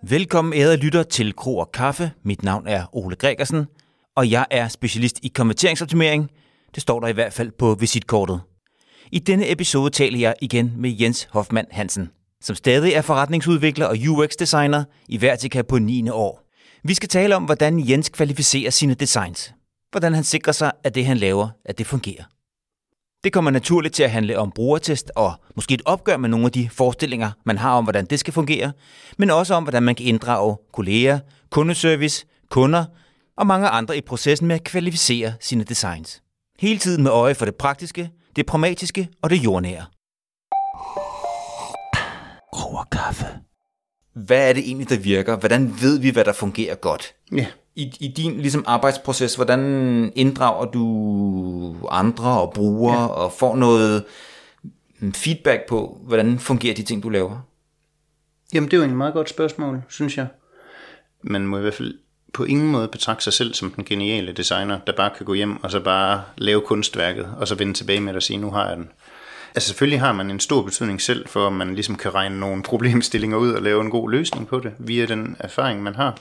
Velkommen ærede lytter til Kro og Kaffe. Mit navn er Ole Gregersen, og jeg er specialist i konverteringsoptimering. Det står der i hvert fald på visitkortet. I denne episode taler jeg igen med Jens Hoffmann Hansen, som stadig er forretningsudvikler og UX-designer i Vertica på 9. år. Vi skal tale om, hvordan Jens kvalificerer sine designs. Hvordan han sikrer sig, at det han laver, at det fungerer. Det kommer naturligt til at handle om brugertest og måske et opgør med nogle af de forestillinger, man har om, hvordan det skal fungere, men også om, hvordan man kan inddrage kolleger, kundeservice, kunder og mange andre i processen med at kvalificere sine designs. Hele tiden med øje for det praktiske, det pragmatiske og det jordnære. Kro og kaffe. Hvad er det egentlig, der virker? Hvordan ved vi, hvad der fungerer godt? Ja. I din ligesom, arbejdsproces, hvordan inddrager du andre og brugere og får noget feedback på, hvordan fungerer de ting, du laver? Jamen, det er jo en meget godt spørgsmål, synes jeg. Man må i hvert fald på ingen måde betragte sig selv som den geniale designer, der bare kan gå hjem og så bare lave kunstværket, og så vende tilbage med det og sige, nu har jeg den. Altså selvfølgelig har man en stor betydning selv, for at man ligesom kan regne nogle problemstillinger ud og lave en god løsning på det, via den erfaring, man har.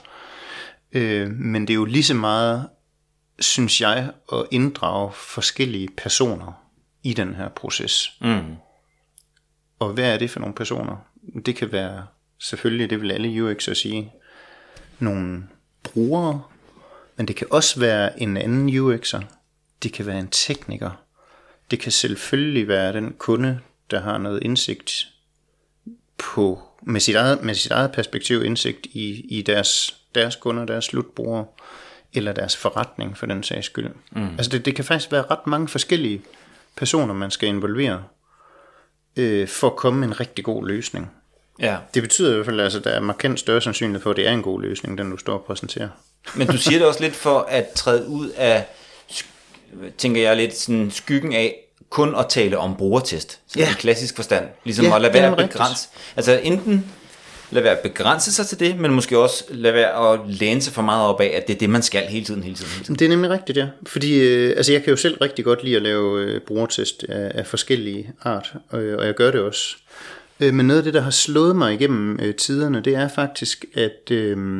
Men det er jo lige så meget, synes jeg, at inddrage forskellige personer i den her proces. Mm. Og hvad er det for nogle personer? Det kan være, selvfølgelig, det vil alle UX'er sige, nogle brugere, men det kan også være en anden UX'er. Det kan være en tekniker. Det kan selvfølgelig være den kunde, der har noget indsigt på, med sit eget perspektiv, indsigt i deres kunder, deres slutbrugere, eller deres forretning for den sags skyld. Mm. Altså det kan faktisk være ret mange forskellige personer, man skal involvere, for at komme med en rigtig god løsning. Ja. Det betyder i hvert fald, at der er markant større sandsynlighed for, at det er en god løsning, den du står og præsenterer. Men du siger det også lidt for at træde ud af, tænker jeg lidt, sådan skyggen af kun at tale om brugertest, som i klassisk forstand. Ligesom at lade være at begrænse. Altså enten lade være at begrænse sig til det, men måske også lade være at læne sig for meget op af, at det er det, man skal hele tiden. Det er nemlig rigtigt, ja. Fordi altså jeg kan jo selv rigtig godt lide at lave brugertest af forskellige art, og jeg gør det også. Men noget af det, der har slået mig igennem tiderne, det er faktisk, at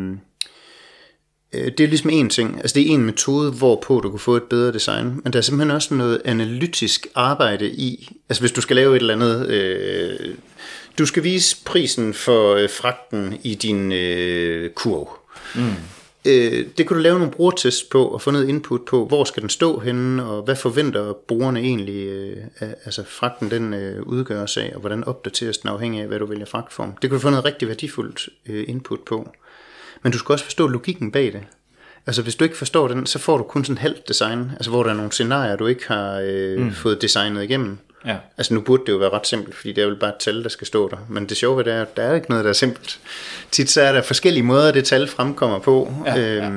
det er ligesom en ting. Altså det er en metode, hvorpå du kan få et bedre design, men der er simpelthen også noget analytisk arbejde i. Altså hvis du skal lave et eller andet, du skal vise prisen for fragten i din kurv. Mm. Det kan du lave nogle brugertests på og få noget input på, hvor skal den stå henne, og hvad forventer brugerne egentlig, altså fragten den udgøres af, og hvordan opdateres den afhængig af, hvad du vælger fragtform. Det kan du få noget rigtig værdifuldt input på. Men du skal også forstå logikken bag det. Altså hvis du ikke forstår den, så får du kun sådan halvt design, altså hvor der er nogle scenarier, du ikke har fået designet igennem. Ja. Altså nu burde det jo være ret simpelt, fordi det er jo bare et tal, der skal stå der. Men det sjove er, at der er ikke noget, der er simpelt. Tit så er der forskellige måder, det tal fremkommer på. Ja.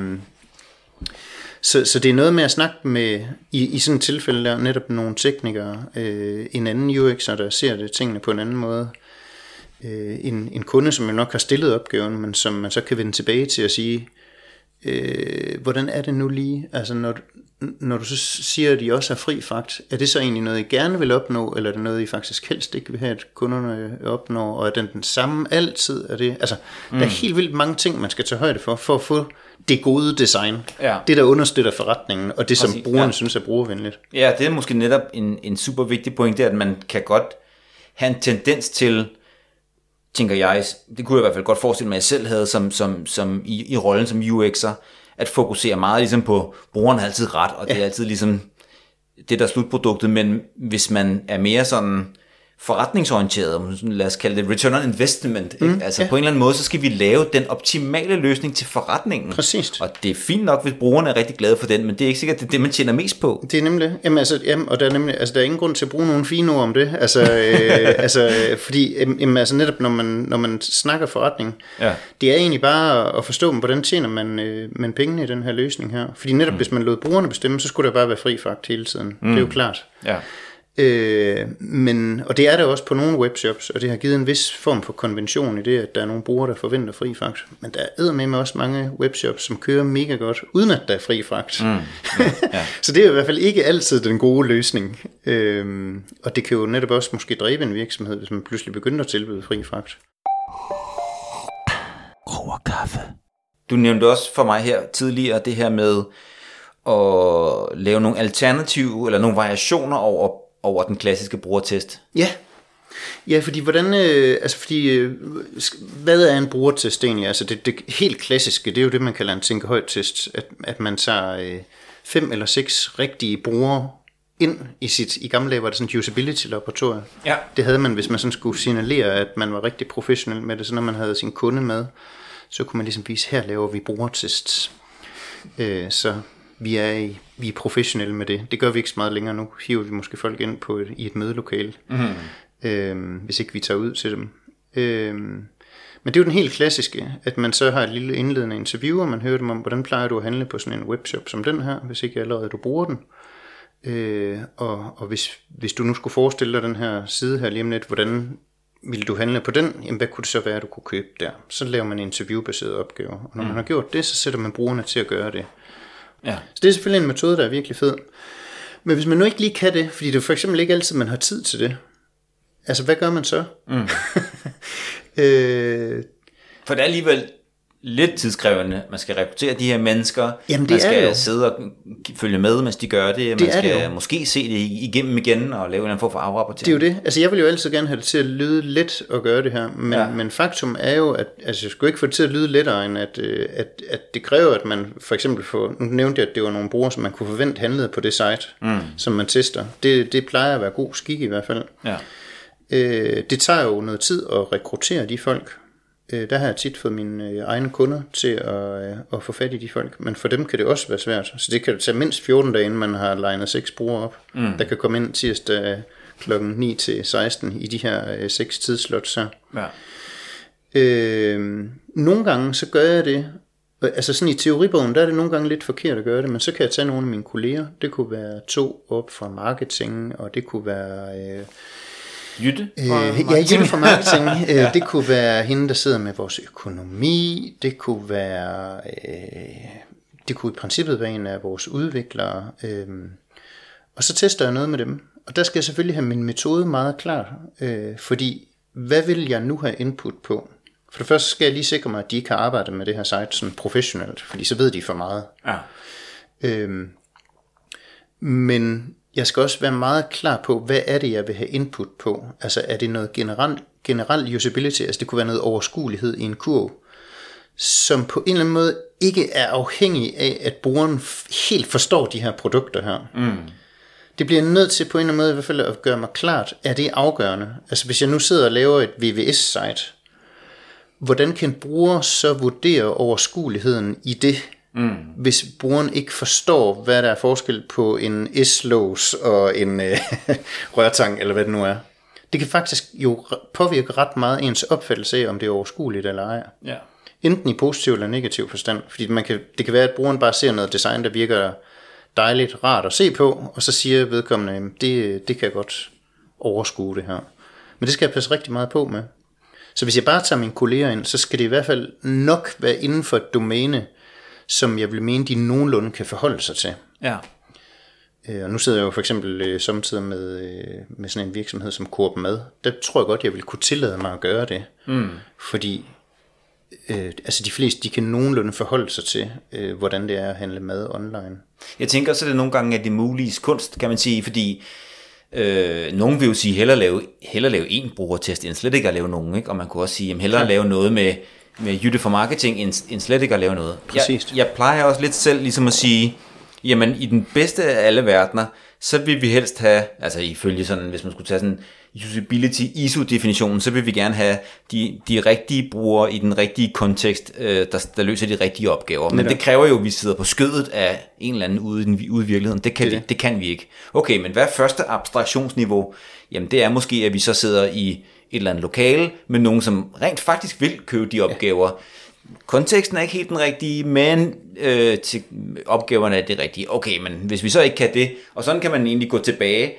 Så det er noget med at snakke med, i sådan et tilfælde der, netop nogle teknikere, en anden UX'er, der ser det tingene på en anden måde. En kunde, som jo nok har stillet opgaven, men som man så kan vende tilbage til at sige, hvordan er det nu lige? Altså når du så siger, at de også har fri fragt, er det så egentlig noget, I gerne vil opnå, eller er det noget, I faktisk helst ikke vil have, at kunderne opnår, og er den samme altid? Er det, altså, der er helt vildt mange ting, man skal tage højde for at få det gode design. Ja. Det, der understøtter forretningen, og det, som brugerne synes er brugervenligt. Ja, det er måske netop en super vigtig point, det er, at man kan godt have en tendens til, tænker jeg, det kunne jeg i hvert fald godt forestille mig, at jeg selv havde som i rollen som UX'er, at fokusere meget ligesom på, brugeren har altid ret, og det er altid ligesom det, der er slutproduktet, men hvis man er mere sådan forretningsorienteret, lad os kalde det return on investment, altså på en eller anden måde, så skal vi lave den optimale løsning til forretningen. Præcis. Og det er fint nok, hvis brugerne er rigtig glade for den, men det er ikke sikkert, det er det, man tjener mest på. Det er nemlig, og der er nemlig, altså der er ingen grund til at bruge nogle fine ord om det, fordi altså netop når man snakker forretning, det er egentlig bare at forstå, hvordan tjener man pengene i den her løsning her. Fordi netop hvis man lod brugerne bestemme, så skulle der bare være fri fragt hele tiden. Det er jo klart. Ja. Og det er der også på nogle webshops, og det har givet en vis form for konvention i det, at der er nogle brugere, der forventer fri fragt. Men der er eddermame også mange webshops, som kører mega godt, uden at der er fri fragt. Så det er i hvert fald ikke altid den gode løsning. Og det kan jo netop også måske dræbe en virksomhed, hvis man pludselig begynder at tilbyde fri fragt. Kaffe. Du nævnte også for mig her tidligere det her med at lave nogle alternative eller nogle variationer over den klassiske brugertest. Ja, fordi hvad er en brugertest egentlig? Altså det helt klassiske, det er jo det, man kalder en tænke højt-test, at man tager 5 eller 6 rigtige brugere ind i gamle dage var det sådan et usability-laboratorium. Ja. Det havde man, hvis man sådan skulle signalere, at man var rigtig professionel med det, så når man havde sin kunde med, så kunne man ligesom vise, her laver vi brugertests. Så vi er professionelle med det. Det gør vi ikke så meget længere nu. Hiver vi måske folk ind i et mødelokale, hvis ikke vi tager ud til dem. Men det er jo den helt klassiske, at man så har et lille indledende interview, og man hører dem om, hvordan plejer du at handle på sådan en webshop som den her, hvis ikke allerede du bruger den. Og hvis du nu skulle forestille dig den her side her lige om lidt, hvordan ville du handle på den? Jamen, hvad kunne det så være, du kunne købe der? Så laver man interviewbaserede opgaver. Og når man har gjort det, så sætter man brugerne til at gøre det. Ja. Så det er selvfølgelig en metode, der er virkelig fed. Men hvis man nu ikke lige kan det, fordi det er for eksempel ikke altid, man har tid til det. Altså, hvad gør man så? For det er alligevel lidt tidskrævende. Man skal rekruttere de her mennesker. Jamen, man skal sidde og følge med, mens de gør det. Man skal måske se det igennem igen og lave en form for afrapportering. Det er jo det. Altså, jeg vil jo altid gerne have det til at lyde let at gøre det her. Men faktum er jo, at jeg skulle ikke få det til at lyde lettere, end at det kræver, at man for eksempel får... Nu nævnte jeg, at det var nogle brugere, som man kunne forvente handlede på det site, som man tester. Det plejer at være god skik i hvert fald. Ja. Det tager jo noget tid at rekruttere de folk. Der har jeg tit fået mine egne kunder til at få fat i de folk, men for dem kan det også være svært. Så det kan tage mindst 14 dage, inden man har legnet 6 brugere op, der kan komme ind tirsdag kl. 9 til 16 i de her 6 tidsslots her. Ja. Nogle gange så gør jeg det, altså sådan i teoribogen, der er det nogle gange lidt forkert at gøre det, men så kan jeg tage nogle af mine kolleger. Det kunne være 2 op fra marketing, og det kunne være... Jytte fra marketing. Det kunne være hende, der sidder med vores økonomi. Det kunne være det kunne i princippet være en af vores udviklere. Og så tester jeg noget med dem. Og der skal jeg selvfølgelig have min metode meget klar. Fordi hvad vil jeg nu have input på? For det første skal jeg lige sikre mig, at de ikke har arbejdet med det her site sådan professionelt. Fordi så ved de for meget. Ja. Men jeg skal også være meget klar på, hvad er det, jeg vil have input på. Altså er det noget generelt usability, altså det kunne være noget overskuelighed i en kurv, som på en eller anden måde ikke er afhængig af, at brugeren helt forstår de her produkter her. Det bliver nødt til på en eller anden måde i hvert fald at gøre mig klart, er det afgørende? Altså hvis jeg nu sidder og laver et VVS-site, hvordan kan en bruger så vurdere overskueligheden i det, hvis brugeren ikke forstår, hvad der er forskel på en S-lås og en rørtang, eller hvad det nu er. Det kan faktisk jo påvirke ret meget ens opfattelse af, om det er overskueligt eller ej. Ja. Enten i positiv eller negativ forstand. Fordi det kan være, at brugeren bare ser noget design, der virker dejligt, rart at se på, og så siger vedkommende, det kan jeg godt overskue det her. Men det skal jeg passe rigtig meget på med. Så hvis jeg bare tager mine kolleger ind, så skal det i hvert fald nok være inden for et domæne, som jeg vil mene, de nogenlunde kan forholde sig til. Ja. Og nu sidder jeg jo for eksempel samtidig med sådan en virksomhed som Coop Mad. Der tror jeg godt, jeg vil kunne tillade mig at gøre det. Fordi altså de fleste, de kan nogenlunde forholde sig til, hvordan det er at handle mad online. Jeg tænker også, at det nogle gange er det mulige kunst, kan man sige, fordi nogen vil jo sige, hellere lave en brugertest, end slet ikke at lave nogen. Ikke? Og man kunne også sige, hellere lave noget med Jytte for marketing, end slet ikke at lave noget. Jeg plejer også lidt selv ligesom at sige, jamen i den bedste af alle verdener, så vil vi helst have, altså ifølge sådan, hvis man skulle tage sådan usability ISO-definitionen, så vil vi gerne have de rigtige brugere i den rigtige kontekst, der løser de rigtige opgaver. Men det kræver jo, at vi sidder på skødet af en eller anden ude i virkeligheden. Det kan vi ikke. Okay, men hvad er første abstraktionsniveau? Jamen det er måske, at vi så sidder i et eller andet lokale med nogen, som rent faktisk vil købe de opgaver. Konteksten er ikke helt den rigtige, men til opgaverne er det rigtige. Okay, men hvis vi så ikke kan det, og sådan kan man egentlig gå tilbage,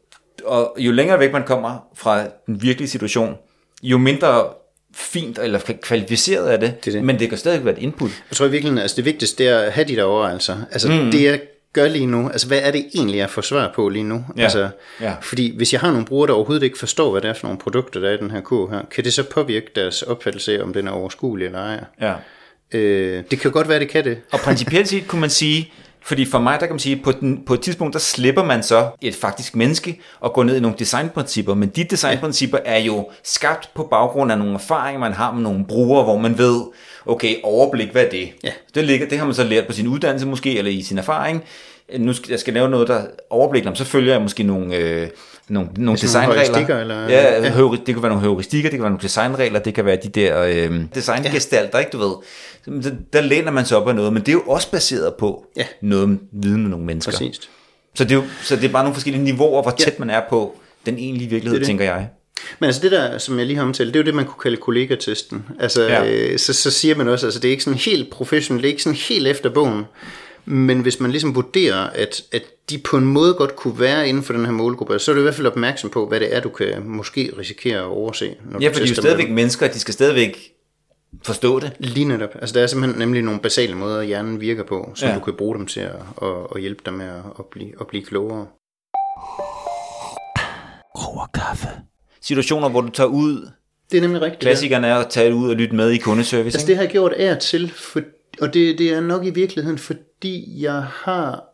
og jo længere væk man kommer fra den virkelige situation, jo mindre fint eller kvalificeret er det. Men det kan stadig være et input. Jeg tror virkelig, altså det vigtigste er at have de der overvejelser. Altså det er gør lige nu? Altså, hvad er det egentlig, jeg får svar på lige nu? Ja. Altså, Ja. fordi hvis jeg har nogle brugere, der overhovedet ikke forstår, hvad det er for nogle produkter, der er i den her kurv her, kan det så påvirke deres opfattelse af, om den er overskuelig eller ej? Ja. Det kan godt være, det kan det. Og principielt set kunne man sige, fordi for mig, der kan man sige, på et tidspunkt, der slipper man så et faktisk menneske og går ned i nogle designprincipper, men de designprincipper er jo skabt på baggrund af nogle erfaringer, man har med nogle brugere, hvor man ved, okay, overblik, hvad er det? Ja. Det har man så lært på sin uddannelse måske, eller i sin erfaring. Nu jeg skal lave noget, der overblikker, så følger jeg måske nogle designregler. Eller? Ja, det kan være nogle heuristikker, det kan være nogle designregler, det kan være de der designgestalter, ikke, du ved. Der læner man sig op af noget, men det er jo også baseret på noget viden med nogle mennesker. Præcis. Så det er bare nogle forskellige niveauer, hvor tæt man er på den egentlige virkelighed, det. Tænker jeg. Men altså det der, som jeg lige har omtalt, det er jo det, man kunne kalde kollegatesten. Altså, så siger man også, altså det er ikke sådan helt professionelt, det er ikke sådan helt efter bogen. Men hvis man ligesom vurderer, at de på en måde godt kunne være inden for den her målgruppe, så er du i hvert fald opmærksom på, hvad det er, du kan måske risikere at overse. Når ja, for de er jo stadigvæk mennesker, de skal stadigvæk forstå det. Lige netop. Altså der er simpelthen nemlig nogle basale måder, hjernen virker på, som du kan bruge dem til at hjælpe dig med at blive klogere. Kaffe. Situationer, hvor du tager ud. Det er nemlig rigtigt. Klassikerne er at tage ud og lytte med i kundeservice. Altså det har jeg gjort af til, og det er nok i virkeligheden, fordi jeg har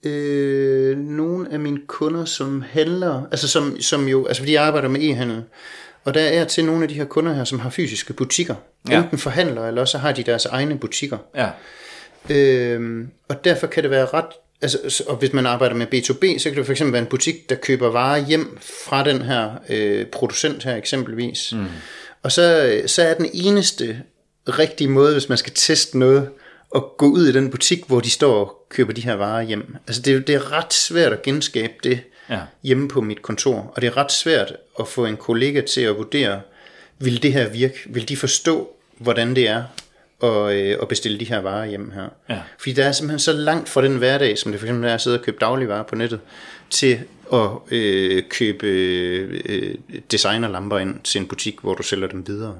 nogle af mine kunder, som handler, altså som jo, altså fordi jeg arbejder med e-handel, og der er til nogle af de her kunder her, som har fysiske butikker, enten forhandlere, eller så har de deres egne butikker. Ja. Og derfor kan det være ret, altså, og hvis man arbejder med B2B, så kan det for eksempel være en butik, der køber varer hjem fra den her producent her eksempelvis. Og så er den eneste rigtige måde, hvis man skal teste noget, at gå ud i den butik, hvor de står og køber de her varer hjem. Altså det er ret svært at genskabe det hjemme på mit kontor, og det er ret svært at få en kollega til at vurdere, vil det her virke? Vil de forstå, hvordan det er at bestille de her varer hjem her? Ja. Fordi der er simpelthen så langt fra den hverdag, som det for eksempel er at sidde og købe dagligvarer på nettet, til at købe designerlamper ind til en butik, hvor du sælger dem videre.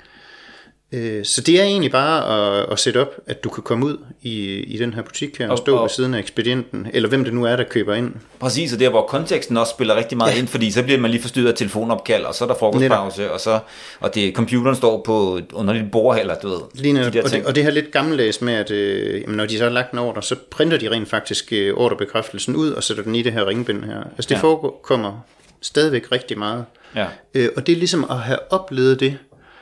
Så det er egentlig bare at sætte op, at du kan komme ud i den her butik her og stå ved siden af ekspedienten, eller hvem det nu er, der køber ind. Præcis, og der hvor konteksten også spiller rigtig meget ind, fordi så bliver man lige forstyrret af telefonopkald, og så er der frokostpause, og computeren står på under dit bord, eller du ved. Lige netop, og det her lidt gammeldags med, at når de så har lagt en ordre, så printer de rent faktisk ordrebekræftelsen ud, og sætter den i det her ringbind her. Altså det forekommer stadigvæk rigtig meget. Ja. Og det er ligesom at have oplevet det.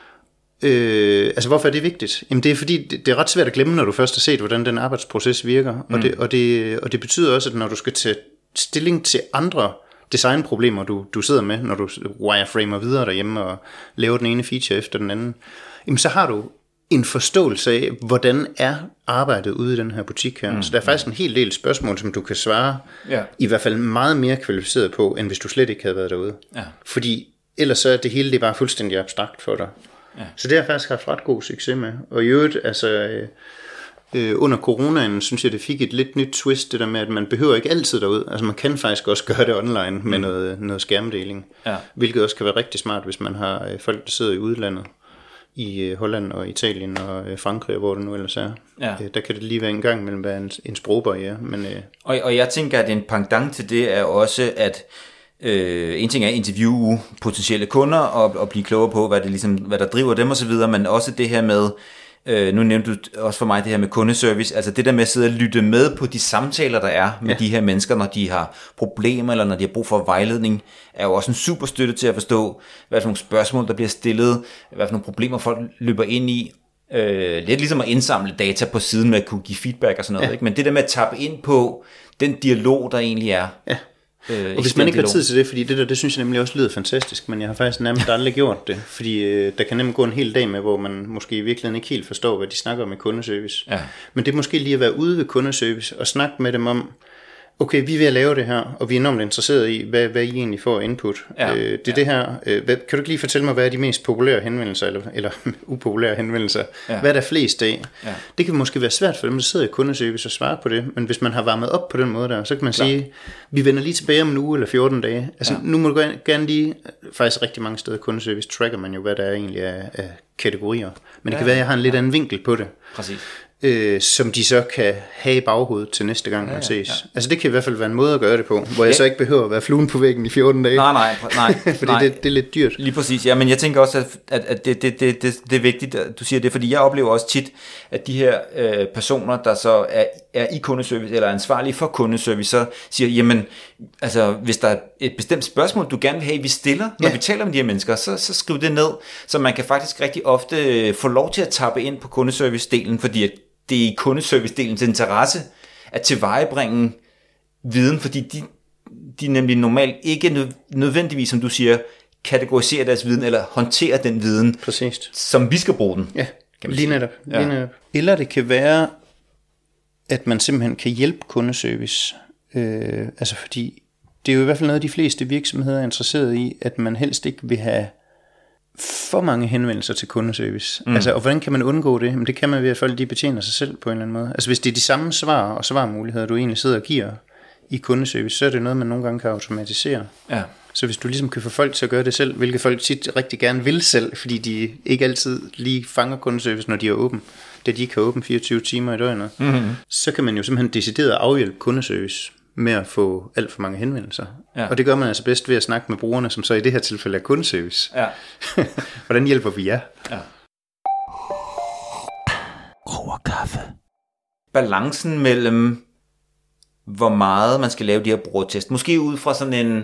Altså hvorfor er det vigtigt? Jamen det er fordi det er ret svært at glemme, når du først har set, hvordan den arbejdsproces virker. Og det betyder også, at når du skal tage stilling til andre designproblemer, du sidder med, når du wireframer videre derhjemme og laver den ene feature efter den anden, jamen så har du en forståelse af, hvordan er arbejdet ude i den her butik her. Så der er faktisk en hel del spørgsmål, som du kan svare i hvert fald meget mere kvalificeret på, end hvis du slet ikke havde været derude. Ja. Fordi ellers så er det hele bare fuldstændig abstrakt for dig. Ja. Så det har jeg faktisk haft ret god succes med. Og i øvrigt, altså under coronaen, synes jeg, det fik et lidt nyt twist, det der med, at man behøver ikke altid derud. Altså man kan faktisk også gøre det online med noget skærmdeling. Ja. Hvilket også kan være rigtig smart, hvis man har folk, der sidder i udlandet. I Holland og Italien og Frankrig, hvor det nu ellers er. Ja. Der kan det lige være en gang mellem være en sprogbarriere. Men, og jeg tænker, at en pendant til det er også, at en ting er at interviewe potentielle kunder og blive klogere på, hvad der driver dem og så videre, men også det her med, nu nævnte du også for mig det her med kundeservice, altså det der med at sidde og lytte med på de samtaler, der er med de her mennesker, når de har problemer, eller når de har brug for vejledning, er jo også en super støtte til at forstå, hvad for nogle spørgsmål, der bliver stillet, hvad for nogle problemer folk løber ind i. Lidt ligesom at indsamle data på siden med at kunne give feedback og sådan noget, ikke? Men det der med at tappe ind på den dialog, der egentlig er. Ja. Og hvis man ikke har tid til det, fordi det synes jeg nemlig også lyder fantastisk, men jeg har faktisk nærmest aldrig gjort det, fordi der kan nemlig gå en hel dag med, hvor man måske i virkeligheden ikke helt forstår, hvad de snakker om i kundeservice. Ja. Men det er måske lige at være ude ved kundeservice og snakke med dem om, okay, vi er ved at lave det her, og vi er enormt interesserede i, hvad I egentlig får input. Det her. Kan du ikke lige fortælle mig, hvad er de mest populære henvendelser, eller upopulære henvendelser? Ja. Hvad er der flest af? Ja. Det kan måske være svært for dem, der sidder i kundeservice og svare på det, men hvis man har varmet op på den måde der, så kan man sige, vi vender lige tilbage om en uge eller 14 dage. Altså nu må du gerne lige, faktisk rigtig mange steder i kundeservice tracker man jo, hvad der egentlig er af kategorier. Men det kan være, at jeg har en lidt anden vinkel på det. Præcis. Som de så kan have i baghovedet til næste gang, man ses. Ja. Altså det kan i hvert fald være en måde at gøre det på, hvor jeg så ikke behøver at være fluen på væggen i 14 dage. Nej. Fordi det er lidt dyrt. Lige præcis, ja, men jeg tænker også, at det er vigtigt, at du siger det, fordi jeg oplever også tit, at de her personer, der så er i kundeservice, eller er ansvarlige for kundeservice, så siger, jamen, altså, hvis der er et bestemt spørgsmål, du gerne vil have, vi stiller, når vi taler med de her mennesker, så skriv det ned, så man kan faktisk rigtig ofte få lov til at tappe ind på kundeservice-delen, fordi at det er i kundeservice-delens interesse at tilvejebringe viden, fordi de nemlig normalt ikke nødvendigvis, som du siger, kategoriserer deres viden, eller håndterer den viden, præcis, som vi skal bruge den. Ja, lige netop. Eller det kan være, at man simpelthen kan hjælpe kundeservice. Altså fordi, det er jo i hvert fald noget, de fleste virksomheder er interesseret i, at man helst ikke vil have for mange henvendelser til kundeservice. Altså, og hvordan kan man undgå det? Men det kan man ved, at folk de betjener sig selv på en eller anden måde. Altså hvis det er de samme svar og svarmuligheder, du egentlig sidder og giver i kundeservice, så er det noget, man nogle gange kan automatisere. Ja. Så hvis du ligesom kan få folk til at gøre det selv, hvilket folk tit rigtig gerne vil selv, fordi de ikke altid lige fanger kundeservice, når de er åben, det de ikke kan åbne 24 timer i døgnet, så kan man jo simpelthen decideret afhjælpe kundeservice med at få alt for mange henvendelser. Ja. Og det gør man altså bedst ved at snakke med brugerne, som så i det her tilfælde er kundeservice. Ja. Hvordan hjælper vi jer? Ja. Kaffe. Balancen mellem, hvor meget man skal lave de her brugertest. Måske ud fra sådan en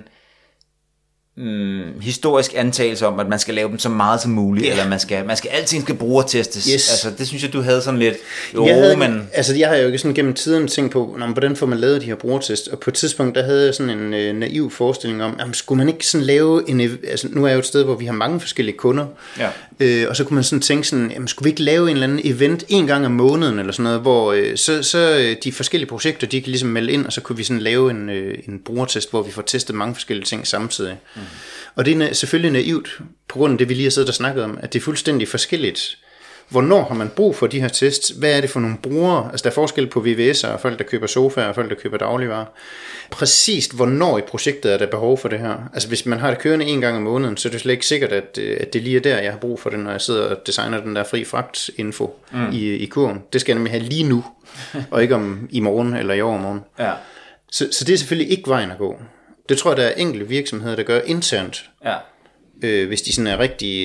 historisk antagelse om, at man skal lave dem så meget som muligt, eller man skal alting brugertestes. Yes. Altså, det synes jeg, du havde sådan lidt. Jeg har jo ikke sådan gennem tiden tænkt på, hvordan får man lavet de her brugertest, og på et tidspunkt, der havde jeg sådan en naiv forestilling om, jamen, skulle man ikke sådan lave altså nu er jeg jo et sted, hvor vi har mange forskellige kunder, og så kunne man sådan tænke sådan, jamen, skulle vi ikke lave en eller anden event en gang om måneden, eller sådan noget, hvor så de forskellige projekter, de kan ligesom melde ind, og så kunne vi sådan lave en brugertest, hvor vi får testet mange forskellige ting samtidig. Og det er selvfølgelig naivt, på grund af det, vi lige har siddet og snakket om, at det er fuldstændig forskelligt. Hvornår har man brug for de her tests? Hvad er det for nogle brugere? Altså der er forskel på VVS'er og folk, der køber sofaer og folk, der køber dagligvarer. Præcist, hvornår i projektet er der behov for det her? Altså hvis man har det kørende en gang om måneden, så er det slet ikke sikkert, at det lige er der, jeg har brug for det, når jeg sidder og designer den der fri fragt-info i kurven. Det skal jeg nemlig have lige nu, og ikke i morgen eller i overmorgen. Ja. Så det er selvfølgelig ikke vejen at gå. Det tror jeg, der er enkelte virksomheder, der gør internt. Ja. Hvis de sådan er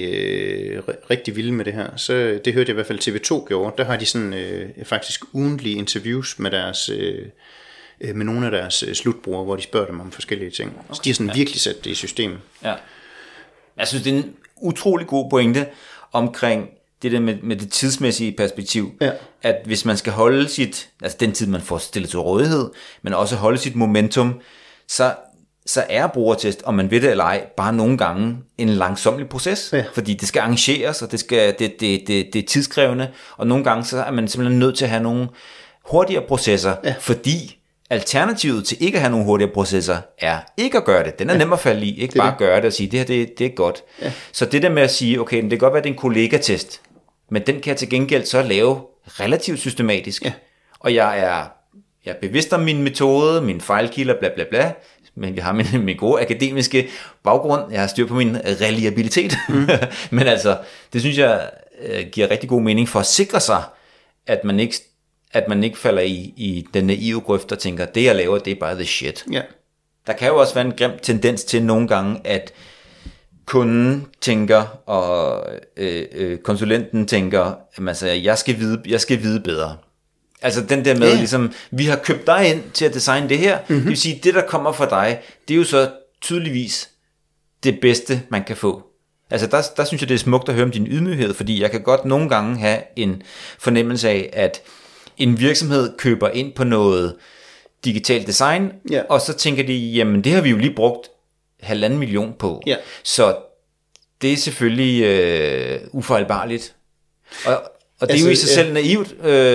rigtig vilde med det her. Så det hørte jeg i hvert fald TV2 gjorde. Der har de sådan faktisk ugentlige interviews med deres med nogle af deres slutbrugere, hvor de spørger dem om forskellige ting. Okay. Så de har sådan virkelig sat det i systemet. Ja. Jeg synes, det er en utrolig god pointe omkring det der med det tidsmæssige perspektiv. Ja. At hvis man skal holde altså den tid, man får stillet til rådighed, men også holde sit momentum, så er brugertest, om man ved det eller ej, bare nogle gange en langsomlig proces, fordi det skal arrangeres, og det er tidskrævende, og nogle gange så er man simpelthen nødt til at have nogle hurtigere processer, fordi alternativet til ikke at have nogle hurtigere processer er ikke at gøre det. Den er nem at falde i, ikke bare gøre det og sige, det her det er godt. Ja. Så det der med at sige, okay, det kan godt være, det er en kollegatest, men den kan jeg til gengæld så lave relativt systematisk, og jeg er bevidst om min metode, mine fejlkilder, bla bla bla, men jeg har min gode akademiske baggrund, jeg har styr på min reliabilitet, men altså, det synes jeg giver rigtig god mening for at sikre sig, at man ikke falder i den naive grøft og tænker, det jeg laver, det er bare the shit. Yeah. Der kan jo også være en grim tendens til nogle gange, at kunden tænker, og konsulenten tænker, altså, jeg skal vide bedre. Altså den der med, ligesom, vi har købt dig ind til at designe det her, det vil sige, det der kommer fra dig, det er jo så tydeligvis det bedste, man kan få. Altså der synes jeg, det er smukt at høre om din ydmyghed, fordi jeg kan godt nogle gange have en fornemmelse af, at en virksomhed køber ind på noget digitalt design, og så tænker de, jamen det har vi jo lige brugt 1,5 million på. Så det er selvfølgelig ufejlbarligt. Og det er jo i sig selv naivt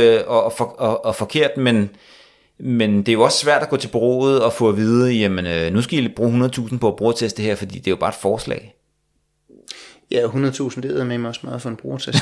og forkert, men det er jo også svært at gå til bureauet og få at vide, jamen nu skal I bruge 100.000 på at brugerteste det her, fordi det er jo bare et forslag. Ja, 100.000, det er med mig også meget for en brugertest.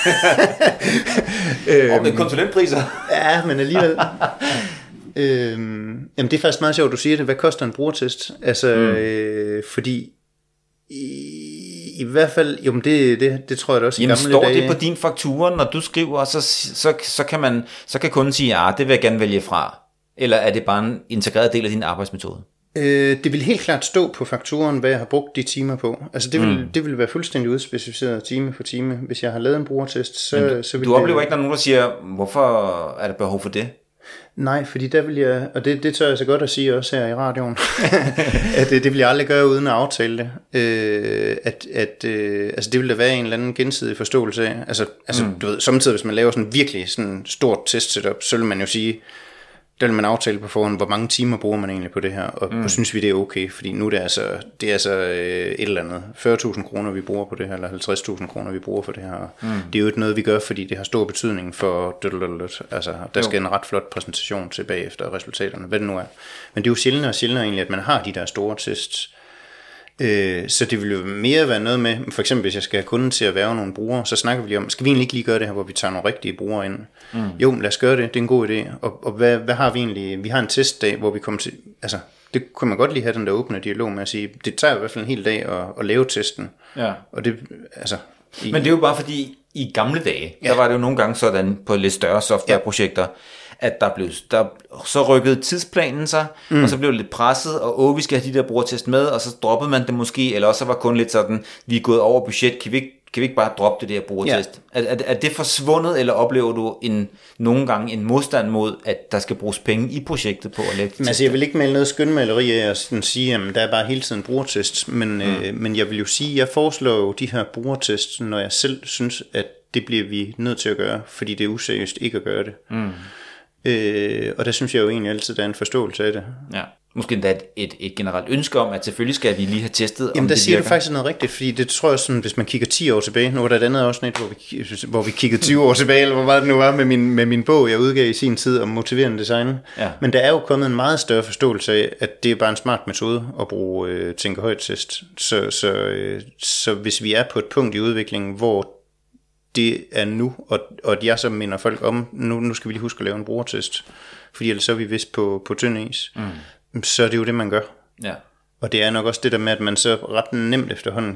Og med konsulentpriser. Ja, men alligevel. Jamen det er faktisk meget sjovt, du siger det. Hvad koster en brugertest? Altså, fordi I hvert fald, jo, men det tror jeg da også i gamle dage. Står det på din faktura, når du skriver, så kan kunden sige, det vil jeg gerne vælge fra? Eller er det bare en integreret del af din arbejdsmetode? Det vil helt klart stå på fakturen, hvad jeg har brugt de timer på. Altså det vil være fuldstændig udspecificeret time for time. Hvis jeg har lavet en brugertest, så vil du oplever ikke, når nogen der siger, hvorfor er der behov for det? Nej, fordi der vil jeg, og det tør jeg så godt at sige også her i radioen, at det vil jeg aldrig gøre uden at aftale det. Altså det vil der være en eller anden gensidig forståelse af. Altså du ved, samtidig hvis man laver sådan virkelig sådan stort test setup, så vil man jo sige, der vil man aftale på forhånd, hvor mange timer bruger man egentlig på det her, og synes vi det er okay, fordi nu det er altså et eller andet 40.000 kroner vi bruger på det her, eller 50.000 kroner vi bruger for det her. Det er jo ikke noget vi gør, fordi det har stor betydning for altså der skal en ret flot præsentation tilbage efter resultaterne, hvad det nu er. Men det er jo sjældent og sjældent egentlig, at man har de der store tests. Så det vil jo mere være noget med, for eksempel hvis jeg skal have kunden til at værve nogle brugere, så snakker vi lige om, skal vi egentlig ikke lige gøre det her, hvor vi tager nogle rigtige brugere ind? Jo, lad os gøre det er en god idé. Og hvad har vi egentlig? Vi har en testdag, hvor vi kommer til, altså det kunne man godt lige have den der åbne dialog med at sige, det tager i hvert fald en hel dag at lave testen. Ja. Og det, altså men det er jo bare fordi i gamle dage, der var det jo nogle gange sådan på lidt større softwareprojekter, at der så rykkede tidsplanen sig, og så blev det lidt presset, og vi skal have de der brugertest med, og så droppede man det måske, eller også var kun lidt sådan, vi er gået over budget, kan vi ikke bare droppe det der brugertest? Ja. Er det forsvundet, eller oplever du nogle gange en modstand mod, at der skal bruges penge i projektet på at lægge det? Altså jeg vil ikke male noget skønmaleri af at sige, at der er bare hele tiden brugertest, men jeg vil jo sige, at jeg foreslår jo de her brugertest, når jeg selv synes, at det bliver vi nødt til at gøre, fordi det er useriøst ikke at gøre det. Og der synes jeg jo egentlig altid, der er en forståelse af det. Ja. Måske endda et generelt ønske om, at selvfølgelig skal vi lige have testet, om der siger du faktisk noget rigtigt, fordi det tror jeg sådan, hvis man kigger 10 år tilbage, nu var der et andet afsnit, hvor vi kiggede 20 år tilbage, eller hvor meget det nu var med min bog, jeg udgav i sin tid om motiverende design. Ja. Men der er jo kommet en meget større forståelse af, at det er bare en smart metode at bruge tænke højt test. Så hvis vi er på et punkt i udviklingen, hvor det er nu, og at jeg så minder folk om, nu skal vi lige huske at lave en brugertest, fordi ellers så er vi vist på tynd is. Så er det jo det, man gør. Ja. Og det er nok også det der med, at man så ret nemt efterhånden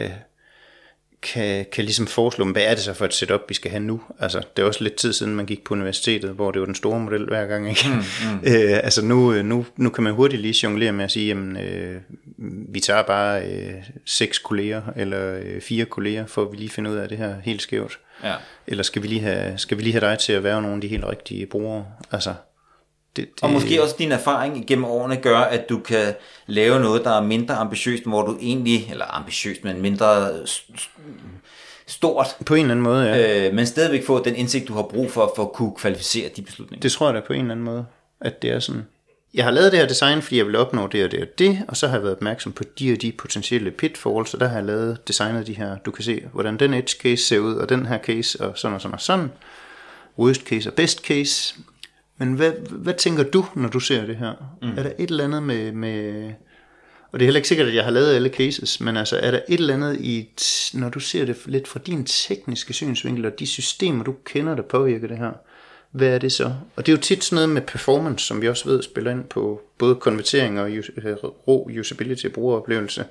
kan ligesom foreslå, hvad er det så for et setup, vi skal have nu? Altså, det er også lidt tid siden, man gik på universitetet, hvor det var den store model hver gang, ikke? Altså nu kan man hurtigt lige jonglere med at sige, jamen, vi tager bare 6 kolleger, eller 4 kolleger, for at vi lige finder ud af det her helt skævt. Ja. Eller skal vi lige have dig til at være nogle af de helt rigtige brugere? Altså, og måske også din erfaring gennem årene gør, at du kan lave noget, der er mindre ambitiøst, hvor du egentlig, eller ambitiøst, men mindre stort. På en eller anden måde, ja. Men stadigvæk få den indsigt, du har brug for at kunne kvalificere de beslutninger. Det tror jeg da på en eller anden måde, at det er sådan. Jeg har lavet det her design, fordi jeg vil opnå det og det og det, og så har jeg været opmærksom på de og de potentielle pitfalls, og der har jeg lavet designet de her, du kan se, hvordan den edge case ser ud, og den her case, og sådan og sådan og sådan. Worst case og best case. Men hvad tænker du, når du ser det her? Er der et eller andet med og det er heller ikke sikkert, at jeg har lavet alle cases, men altså er der et eller andet når du ser det lidt fra din tekniske synsvinkel, og de systemer, du kender, der påvirker det her, hvad er det så? Og det er jo tit sådan noget med performance, som vi også ved spiller ind på både konvertering og rå usability, brugeroplevelse.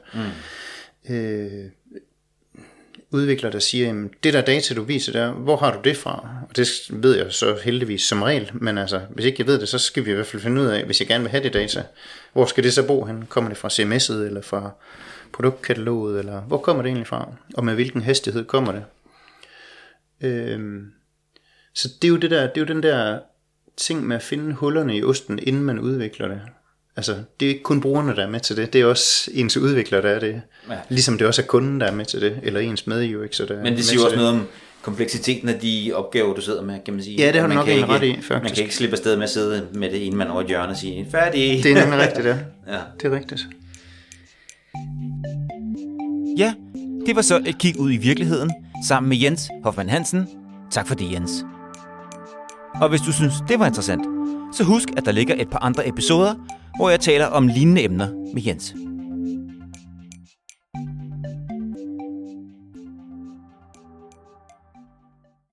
Udvikler, der siger, jamen, det der data, du viser der, hvor har du det fra? Og det ved jeg så heldigvis som regel, men altså, hvis ikke jeg ved det, så skal vi i hvert fald finde ud af, hvis jeg gerne vil have det data, hvor skal det så bo hen? Kommer det fra CMS'et, eller fra produktkataloget, eller hvor kommer det egentlig fra? Og med hvilken hastighed kommer det? Så det er jo den der ting med at finde hullerne i osten, inden man udvikler det. Altså, det er ikke kun brugerne, der er med til det. Det er også ens udvikler, der er det. Ja. Ligesom det også er kunden, der er med til det. Eller ens med-UX'er, der er. Men det siger også noget om kompleksiteten af de opgaver, du sidder med, kan man sige. Ja, det har du nok egentlig ret i, faktisk. Man kan ikke slippe afsted med at sidde med det ene mand over et hjørne og sige, færdig. Det er nemlig rigtigt, ja. Det er rigtigt. Ja, det var så et kig ud i virkeligheden, sammen med Jens Hoffmann Hansen. Tak for det, Jens. Og hvis du synes, det var interessant, så husk, at der ligger et par andre episoder, hvor jeg taler om lignende emner med Jens.